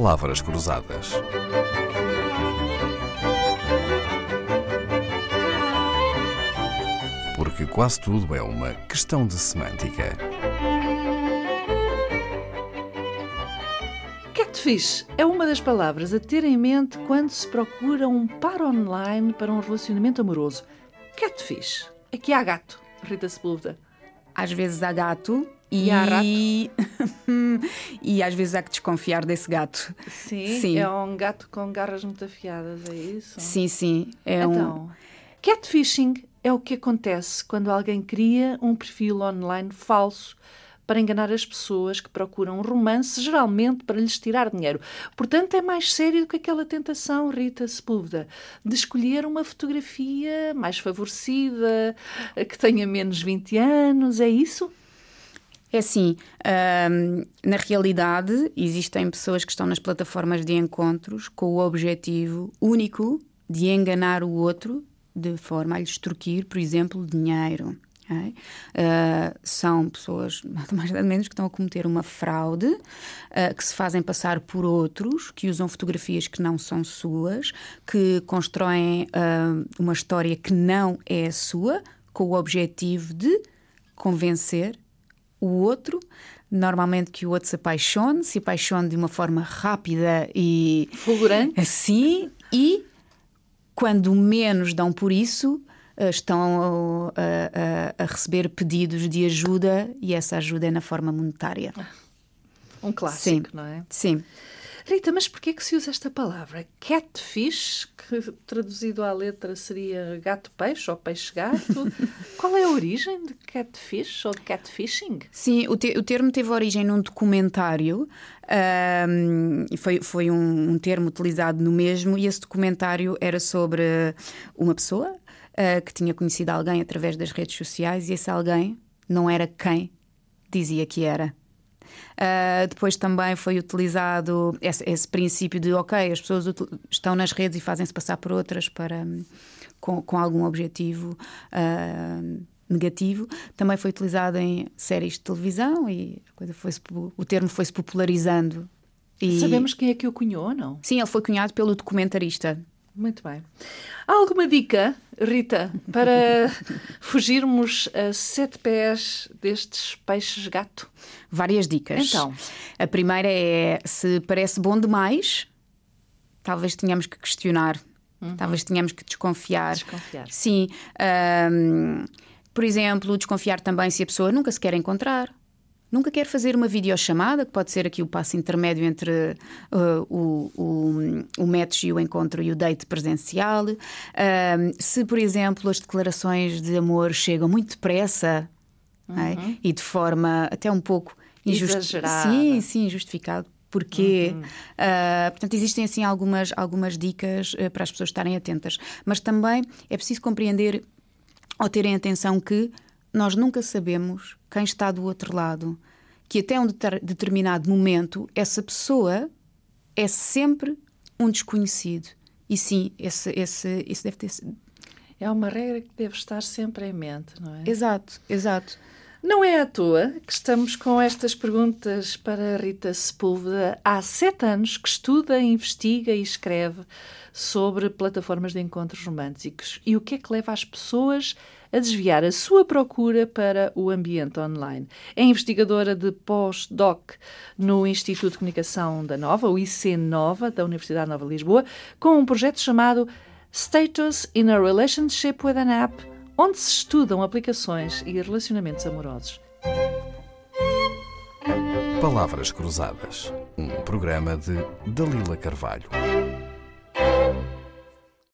Palavras cruzadas. Porque quase tudo é uma questão de semântica. Catfish é uma das palavras a ter em mente quando se procura um par online para um relacionamento amoroso. Catfish. Aqui há gato, Rita Sepúlveda. Às vezes há gato E há rato. e às vezes há que desconfiar desse gato. Sim, é um gato com garras muito afiadas, é isso? Sim. Então, catfishing é o que acontece quando alguém cria um perfil online falso para enganar as pessoas que procuram um romance, geralmente para lhes tirar dinheiro. Portanto, é mais sério do que aquela tentação, Rita Sepúlveda, de escolher uma fotografia mais favorecida, que tenha menos 20 anos, é isso? É assim, na realidade existem pessoas que estão nas plataformas de encontros com o objetivo único de enganar o outro de forma a lhe extorquir, por exemplo, dinheiro. Okay? São pessoas, nada mais nada menos, que estão a cometer uma fraude, que se fazem passar por outros, que usam fotografias que não são suas, que constroem uma história que não é sua, com o objetivo de convencer o outro, normalmente que o outro se apaixone de uma forma rápida e fulgurante. Assim, e quando menos dão por isso, estão a receber pedidos de ajuda, e essa ajuda é na forma monetária. Um clássico, não é? Sim. Rita, mas porquê que se usa esta palavra? Catfish, que traduzido à letra seria gato-peixe ou peixe-gato. Qual é a origem de catfish ou de catfishing? Sim, o termo teve origem num documentário, foi um termo utilizado no mesmo, e esse documentário era sobre uma pessoa que tinha conhecido alguém através das redes sociais, e esse alguém não era quem dizia que era. Depois também foi utilizado esse princípio de as pessoas estão nas redes e fazem-se passar por outras com algum objetivo negativo. Também foi utilizado em séries de televisão, e o termo foi-se popularizando. Sabemos quem é que o cunhou ou não? Sim, ele foi cunhado pelo documentarista. Muito bem. Há alguma dica, Rita, para fugirmos a 7 pés destes peixes-gato? Várias dicas. Então. A primeira é, se parece bom demais, talvez tenhamos que questionar. Talvez tenhamos que desconfiar. Sim. Por exemplo, desconfiar também se a pessoa nunca se quer encontrar. Nunca quer fazer uma videochamada, que pode ser aqui o passo intermédio entre o match e o encontro e o date presencial. Se, por exemplo, as declarações de amor chegam muito depressa, e de forma até um pouco exagerada. Sim, injustificado. Porquê? Portanto, existem assim algumas dicas para as pessoas estarem atentas. Mas também é preciso compreender ou terem atenção que nós nunca sabemos quem está do outro lado, que até um determinado momento essa pessoa é sempre um desconhecido. E sim, isso deve ter... É uma regra que deve estar sempre em mente, não é? Exato. Não é à toa que estamos com estas perguntas para a Rita Sepúlveda. Há 7 anos que estuda, investiga e escreve sobre plataformas de encontros românticos. E o que é que leva as pessoas a desviar a sua procura para o ambiente online? É investigadora de pós-doc no Instituto de Comunicação da Nova, o IC-Nova, da Universidade Nova de Lisboa, com um projeto chamado Status in a Relationship with an App, onde se estudam aplicações e relacionamentos amorosos. Palavras cruzadas. Um programa de Dalila Carvalho.